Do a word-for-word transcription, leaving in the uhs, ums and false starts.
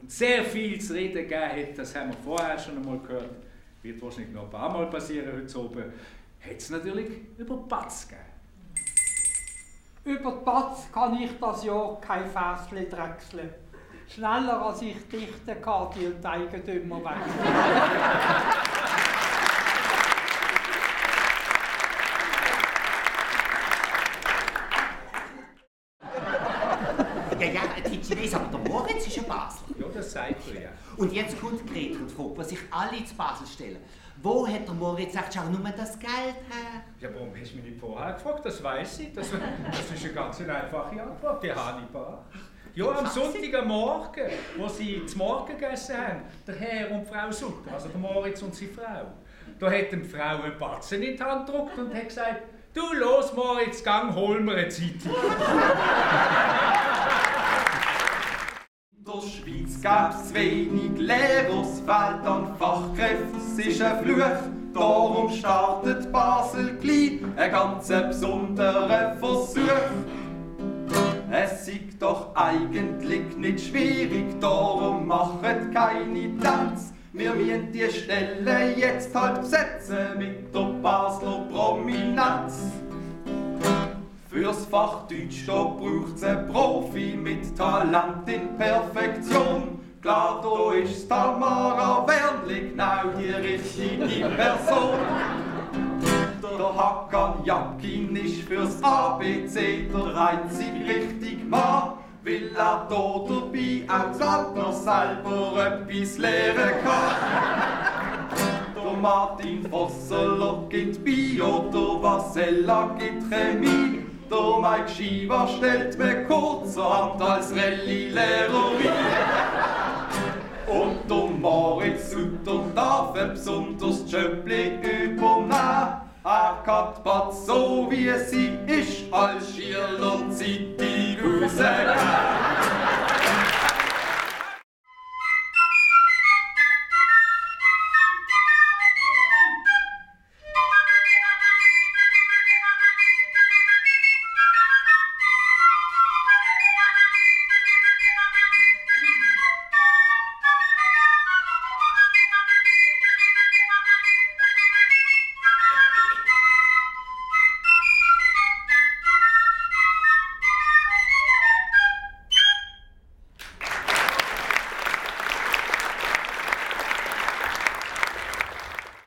sehr viel zu reden gegeben hat, das haben wir vorher schon einmal gehört, wird wahrscheinlich noch ein paar Mal passieren heute oben, hat es natürlich über die Batz gegeben. Über die Batz kann ich das Jahr kein Versli drechseln. Schneller als ich dichten kann, die und Eigentümer wechseln. Ja, ja, die Chinesen, aber der Moritz ist ein Basler. Ja, das sagt er ja. Und jetzt kommt Grete und fragt, was sich alle zu Basel stellen. Wo hat der Moritz gesagt, schau nur das Geld her? Ja, warum hast du mich nicht vorher gefragt? Das weiss ich. Das, das ist eine ganz einfache Antwort. Die habe ich bar. Ja, am Sonntagmorgen, wo sie zum Morgen gegessen haben, der Herr und Frau Sutter, also der Moritz und seine Frau, da hat die Frau einen Batzen in die Hand gedrückt und hat gesagt, du los Moritz, gang, hol mir eine Zeitung. In der Schweiz gab's wenig Lehrer, es fehlt an Fachkräften, es ist ein Fluch. Darum startet Basel gleich ein ganz besonderer Versuch. Es ist doch eigentlich nicht schwierig, darum machet keine Tanz. Wir müssen die Stelle jetzt halt besetzen mit der Basler Prominenz. Fürs Fach Deutsch da braucht's ein Profi mit Talent in Perfektion. Klar, da ist Tamara Wernli genau die richtige Person. Der Hakan Jakin ist fürs A B C der einzig richtige Mann, weil er da dabei auch gerade noch selber etwas lernen kann. Der Martin Vosseler gibt Bio, der Vasella gibt Chemie. Der Mike Schieber stellt mir kurzerhand als Rallye-Lehrer ein. Und der Moritz Sutter darf ein besonderes Jöppli übernehmen. Er kann die Batz so wie sie ist, als Schirler Zeitung rausgeben.